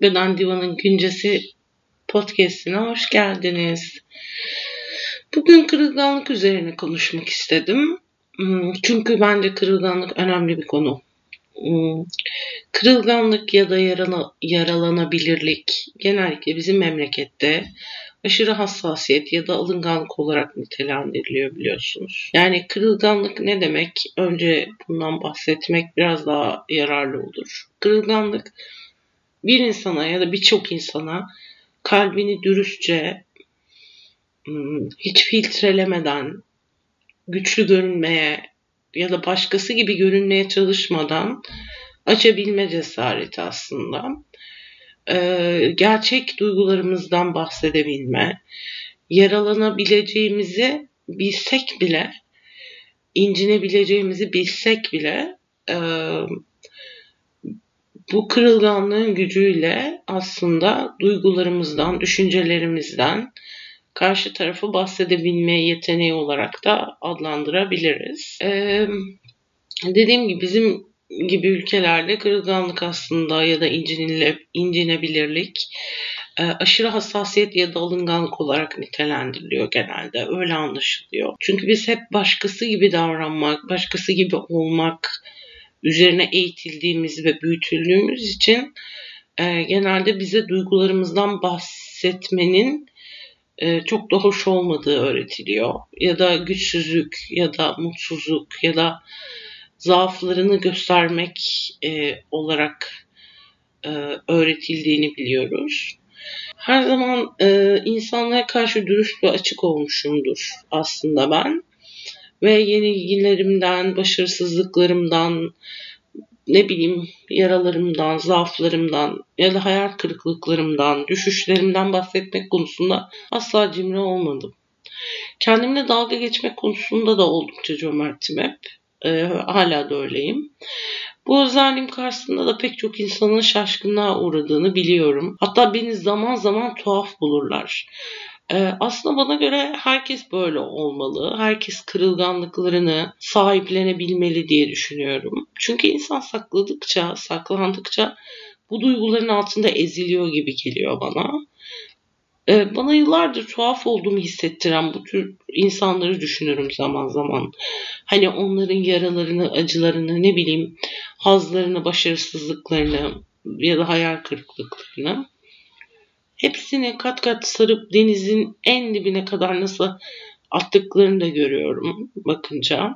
Beden Diva'nın Güncesi podcast'ine hoş geldiniz. Bugün kırılganlık üzerine konuşmak istedim. Çünkü bence kırılganlık önemli bir konu. Kırılganlık ya da yaralanabilirlik genellikle bizim memlekette aşırı hassasiyet ya da alınganlık olarak nitelendiriliyor biliyorsunuz. Yani kırılganlık ne demek? Önce bundan bahsetmek biraz daha yararlı olur. Kırılganlık bir insana ya da birçok insana kalbini dürüstçe, hiç filtrelemeden, güçlü görünmeye ya da başkası gibi görünmeye çalışmadan açabilme cesareti aslında. Gerçek duygularımızdan bahsedebilme, yaralanabileceğimizi bilsek bile, incinebileceğimizi bilsek bile bu kırılganlığın gücüyle aslında duygularımızdan, düşüncelerimizden karşı tarafı bahsedebilme yeteneği olarak da adlandırabiliriz. Dediğim gibi bizim gibi ülkelerde kırılganlık aslında ya da incinebilirlik aşırı hassasiyet ya da alınganlık olarak nitelendiriliyor genelde. Öyle anlaşılıyor. Çünkü biz hep başkası gibi davranmak, başkası gibi olmak üzerine eğitildiğimiz ve büyütüldüğümüz için genelde bize duygularımızdan bahsetmenin çok da hoş olmadığı öğretiliyor. Ya da güçsüzlük ya da mutsuzluk ya da zaaflarını göstermek olarak öğretildiğini biliyoruz. Her zaman insanlara karşı dürüst ve açık olmuşumdur aslında ben. Ve yenilgilerimden, başarısızlıklarımdan, yaralarımdan, zaaflarımdan ya da hayal kırıklıklarımdan, düşüşlerimden bahsetmek konusunda asla cimri olmadım. Kendimle dalga geçmek konusunda da oldukça cömertim hep. Hala da öyleyim. Bu özelliğim karşısında da pek çok insanın şaşkınlığa uğradığını biliyorum. Hatta beni zaman zaman tuhaf bulurlar. Aslında bana göre herkes böyle olmalı. Herkes kırılganlıklarını sahiplenebilmeli diye düşünüyorum. Çünkü insan saklandıkça bu duyguların altında eziliyor gibi geliyor bana. Bana yıllardır tuhaf olduğumu hissettiren bu tür insanları düşünürüm zaman zaman. Hani onların yaralarını, acılarını, hazlarını, başarısızlıklarını ya da hayal kırıklıklarını hepsini kat kat sarıp denizin en dibine kadar nasıl attıklarını da görüyorum bakınca.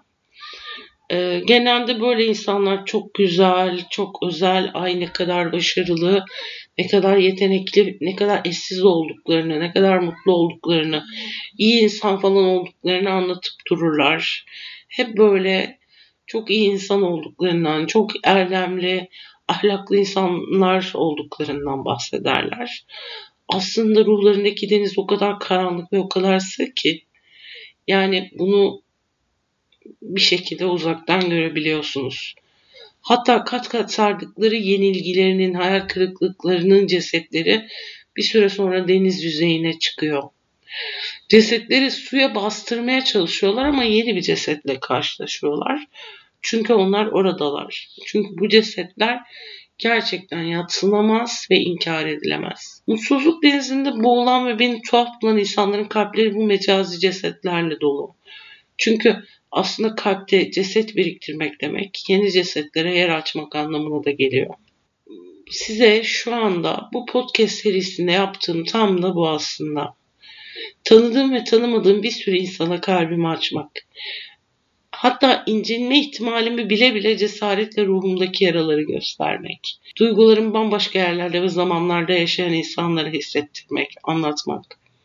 Genelde böyle insanlar çok güzel, çok özel, ne kadar başarılı, ne kadar yetenekli, ne kadar eşsiz olduklarını, ne kadar mutlu olduklarını, iyi insan falan olduklarını anlatıp dururlar. Hep böyle çok iyi insan olduklarından, çok erdemli, ahlaklı insanlar olduklarından bahsederler. Aslında ruhlarındaki deniz o kadar karanlık ve o kadar sığ ki, yani bunu bir şekilde uzaktan görebiliyorsunuz. Hatta kat kat sardıkları yenilgilerinin, hayal kırıklıklarının cesetleri bir süre sonra deniz yüzeyine çıkıyor. Cesetleri suya bastırmaya çalışıyorlar ama yeni bir cesetle karşılaşıyorlar. Çünkü onlar oradalar. Çünkü bu cesetler gerçekten yadsınamaz ve inkar edilemez. Mutsuzluk denizinde boğulan ve beni tuhaf bulan insanların kalpleri bu mecazi cesetlerle dolu. Çünkü aslında kalpte ceset biriktirmek demek, yeni cesetlere yer açmak anlamına da geliyor. Size şu anda bu podcast serisinde yaptığım tam da bu aslında. Tanıdığım ve tanımadığım bir sürü insana kalbimi açmak. Hatta incinme ihtimalimi bile bile cesaretle ruhumdaki yaraları göstermek. Duygularımı bambaşka yerlerde ve zamanlarda yaşayan insanlara hissettirmek, anlatmak.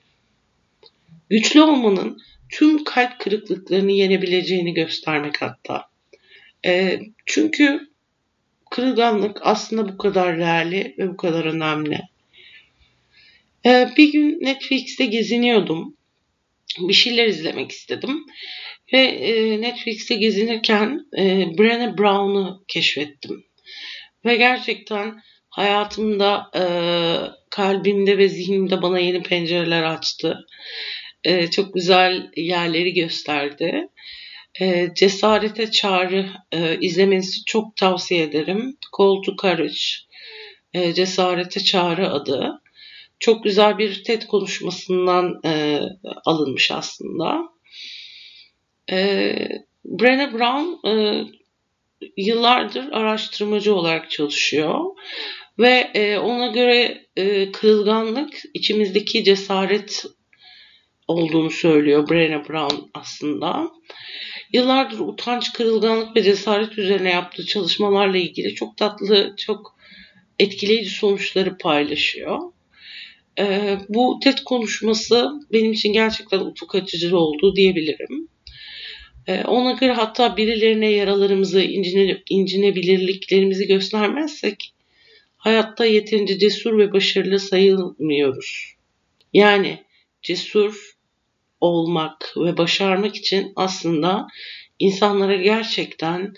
Güçlü olmanın tüm kalp kırıklıklarını yenebileceğini göstermek hatta. Çünkü kırılganlık aslında bu kadar değerli ve bu kadar önemli. Bir gün Netflix'te geziniyordum. Bir şeyler izlemek istedim. Ve Netflix'te gezinirken Brené Brown'u keşfettim. Ve gerçekten hayatımda, kalbimde ve zihnimde bana yeni pencereler açtı. Çok güzel yerleri gösterdi. Cesarete Çağrı izlemenizi çok tavsiye ederim. Call to Courage. Cesarete Çağrı adı. Çok güzel bir TED konuşmasından alınmış aslında. Brené Brown yıllardır araştırmacı olarak çalışıyor ve ona göre kırılganlık içimizdeki cesaret olduğunu söylüyor Brené Brown aslında. Yıllardır utanç, kırılganlık ve cesaret üzerine yaptığı çalışmalarla ilgili çok tatlı, çok etkileyici sonuçları paylaşıyor. Bu TED konuşması benim için gerçekten ufuk açıcı oldu diyebilirim. Ona göre hatta birilerine yaralarımızı, incinebilirliklerimizi göstermezsek hayatta yeterince cesur ve başarılı sayılmıyoruz. Yani cesur olmak ve başarmak için aslında insanlara gerçekten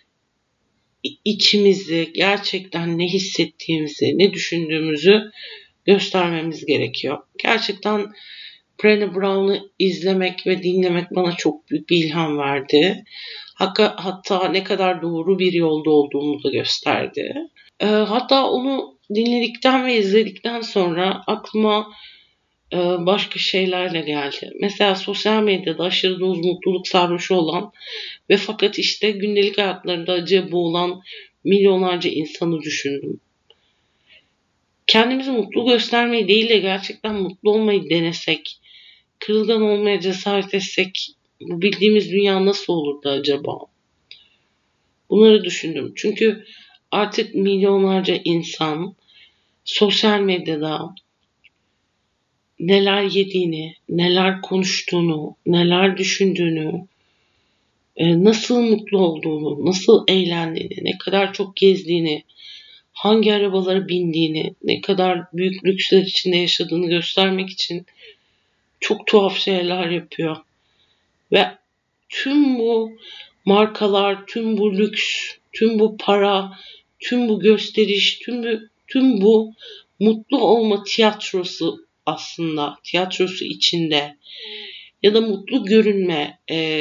içimizi, gerçekten ne hissettiğimizi, ne düşündüğümüzü göstermemiz gerekiyor. Gerçekten Brené Brown'u izlemek ve dinlemek bana çok büyük bir ilham verdi. Hatta ne kadar doğru bir yolda olduğumu da gösterdi. Hatta onu dinledikten ve izledikten sonra aklıma başka şeylerle geldi. Mesela sosyal medyada aşırı doz mutluluk sarhoşu olan ve fakat işte gündelik hayatlarında acıya boğulan milyonlarca insanı düşündüm. Kendimizi mutlu göstermeyi değil de gerçekten mutlu olmayı denesek, kırılgan olmaya cesaret etsek bu bildiğimiz dünya nasıl olurdu acaba? Bunları düşündüm. Çünkü artık milyonlarca insan sosyal medyada neler yediğini, neler konuştuğunu, neler düşündüğünü, nasıl mutlu olduğunu, nasıl eğlendiğini, ne kadar çok gezdiğini, hangi arabalara bindiğini, ne kadar büyük lüksler içinde yaşadığını göstermek için çok tuhaf şeyler yapıyor. Ve tüm bu markalar, tüm bu lüks, tüm bu para, tüm bu gösteriş, tüm bu mutlu olma tiyatrosu aslında, tiyatrosu içinde ya da mutlu görünme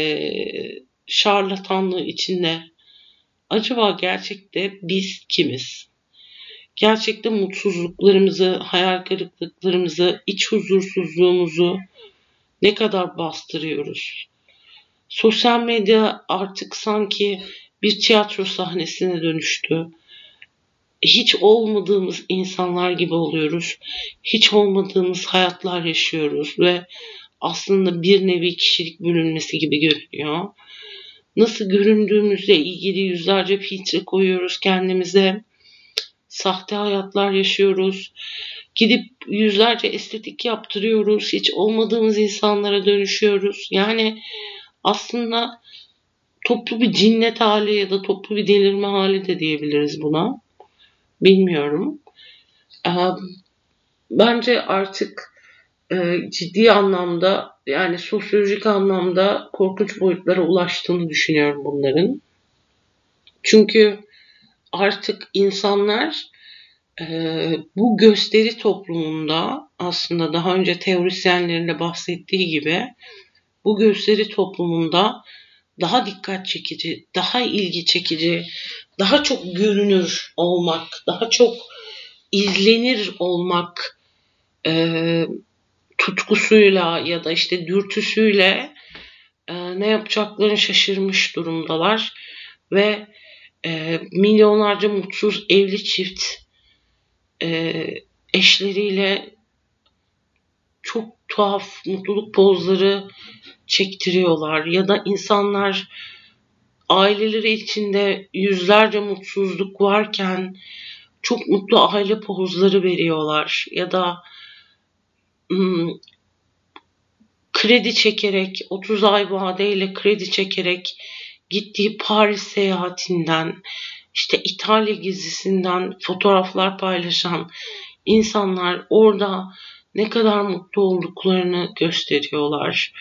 şarlatanlığı içinde acaba gerçekte biz kimiz? Gerçekte mutsuzluklarımızı, hayal kırıklıklarımızı, iç huzursuzluğumuzu ne kadar bastırıyoruz? Sosyal medya artık sanki bir tiyatro sahnesine dönüştü. Hiç olmadığımız insanlar gibi oluyoruz. Hiç olmadığımız hayatlar yaşıyoruz ve aslında bir nevi kişilik bölünmesi gibi görünüyor. Nasıl göründüğümüzle ilgili yüzlerce filtre koyuyoruz kendimize. Sahte hayatlar yaşıyoruz. Gidip yüzlerce estetik yaptırıyoruz. Hiç olmadığımız insanlara dönüşüyoruz. Yani aslında toplu bir cinnet hali ya da toplu bir delirme hali de diyebiliriz buna. Bilmiyorum. Bence artık ciddi anlamda yani sosyolojik anlamda korkunç boyutlara ulaştığını düşünüyorum bunların. Çünkü artık insanlar bu gösteri toplumunda aslında daha önce teorisyenlerin de bahsettiği gibi bu gösteri toplumunda daha dikkat çekici, daha ilgi çekici, daha çok görünür olmak, daha çok izlenir olmak tutkusuyla ya da işte dürtüsüyle ne yapacaklarını şaşırmış durumdalar ve milyonlarca mutsuz evli çift eşleriyle çok tuhaf mutluluk pozları çektiriyorlar ya da insanlar aileleri içinde yüzlerce mutsuzluk varken çok mutlu aile pozları veriyorlar ya da kredi çekerek 30 ay vadeyle kredi çekerek gittiği Paris seyahatinden işte İtalya gezisinden fotoğraflar paylaşan insanlar orada ne kadar mutlu olduklarını gösteriyorlar.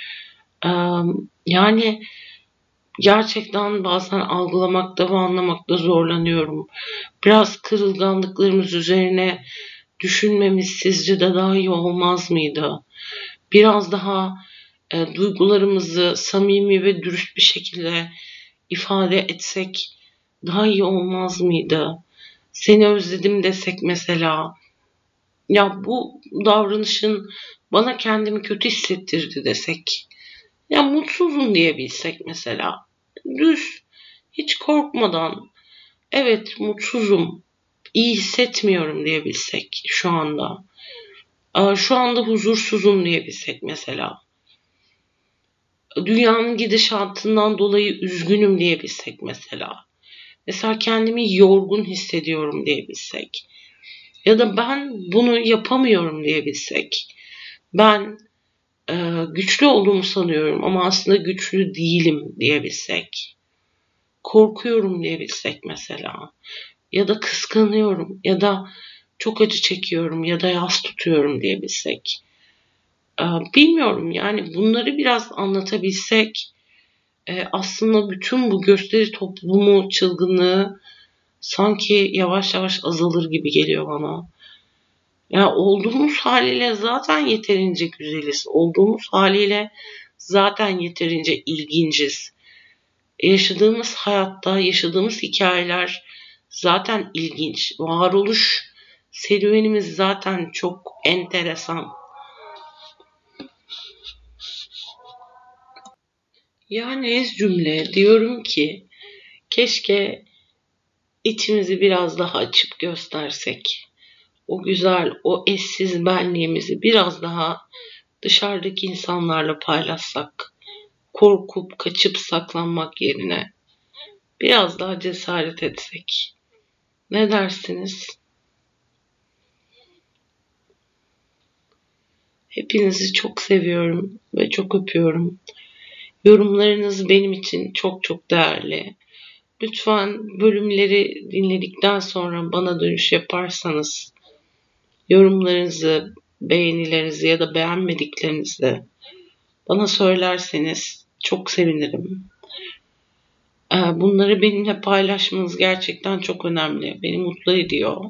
Yani gerçekten bazen algılamakta ve anlamakta zorlanıyorum. Biraz kırılganlıklarımız üzerine düşünmemiz sizce de daha iyi olmaz mıydı? Biraz daha duygularımızı samimi ve dürüst bir şekilde ifade etsek daha iyi olmaz mıydı? seni özledim desek mesela. Ya bu davranışın bana kendimi kötü hissettirdi desek. Ya mutsuzum diyebilsek mesela. Düz, hiç korkmadan, evet mutsuzum, iyi hissetmiyorum diyebilsek şu anda. Şu anda huzursuzum diyebilsek mesela. Dünyanın gidişatından dolayı üzgünüm diyebilsek mesela. Mesela kendimi yorgun hissediyorum diyebilsek. Ya da ben bunu yapamıyorum diyebilsek. Ben güçlü olduğumu sanıyorum ama aslında güçlü değilim diyebilsek. Korkuyorum diyebilsek mesela. Ya da kıskanıyorum ya da çok acı çekiyorum ya da yas tutuyorum diyebilsek. Bilmiyorum yani bunları biraz anlatabilsek aslında bütün bu gösteri toplumu çılgınlığı sanki yavaş yavaş azalır gibi geliyor bana. Ya olduğumuz haliyle zaten yeterince güzeliz. Olduğumuz haliyle zaten yeterince ilginciz. Yaşadığımız hayatta, yaşadığımız hikayeler zaten ilginç. Varoluş serüvenimiz zaten çok enteresan. Yani ez cümle diyorum ki keşke içimizi biraz daha açıp göstersek. O güzel, o eşsiz benliğimizi biraz daha dışarıdaki insanlarla paylaşsak. Korkup kaçıp saklanmak yerine biraz daha cesaret etsek. Ne dersiniz? Hepinizi çok seviyorum ve çok öpüyorum. Yorumlarınız benim için çok çok değerli. Lütfen bölümleri dinledikten sonra bana dönüş yaparsanız, yorumlarınızı, beğenilerinizi ya da beğenmediklerinizi bana söylerseniz çok sevinirim. Bunları benimle paylaşmanız gerçekten çok önemli. Beni mutlu ediyor.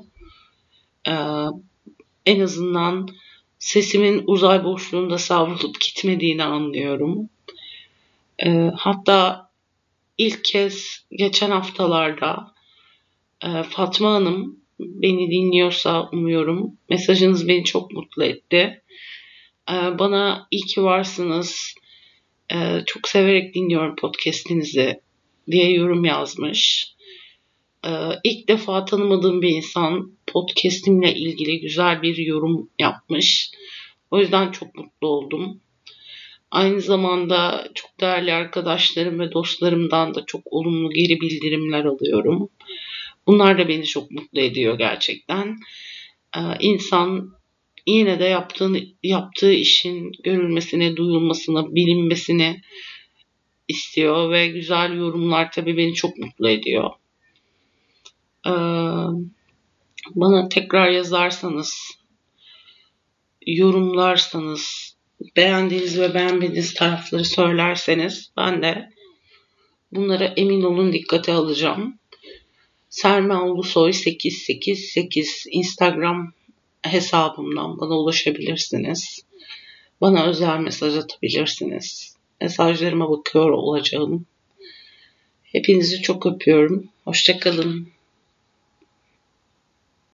En azından sesimin uzay boşluğunda savrulup gitmediğini anlıyorum. Hatta ilk kez geçen haftalarda Fatma Hanım beni dinliyorsa umuyorum. Mesajınız beni çok mutlu etti. Bana iyi ki varsınız. Çok severek dinliyorum podcast'inizi diye yorum yazmış. İlk defa tanımadığım bir insan podcast'imle ilgili güzel bir yorum yapmış. O yüzden çok mutlu oldum. Aynı zamanda çok değerli arkadaşlarım ve dostlarımdan da çok olumlu geri bildirimler alıyorum. Bunlar da beni çok mutlu ediyor gerçekten. İnsan yine de yaptığı işin görülmesini, duyulmasını, bilinmesini istiyor ve güzel yorumlar tabii beni çok mutlu ediyor. Bana tekrar yazarsanız, yorumlarsanız, beğendiğiniz ve beğenmediğiniz tarafları söylerseniz ben de bunlara emin olun dikkate alacağım. Selma Ulusoy 888 Instagram hesabımdan bana ulaşabilirsiniz. Bana özel mesaj atabilirsiniz. Mesajlarıma bakıyor olacağım. Hepinizi çok öpüyorum. Hoşça kalın.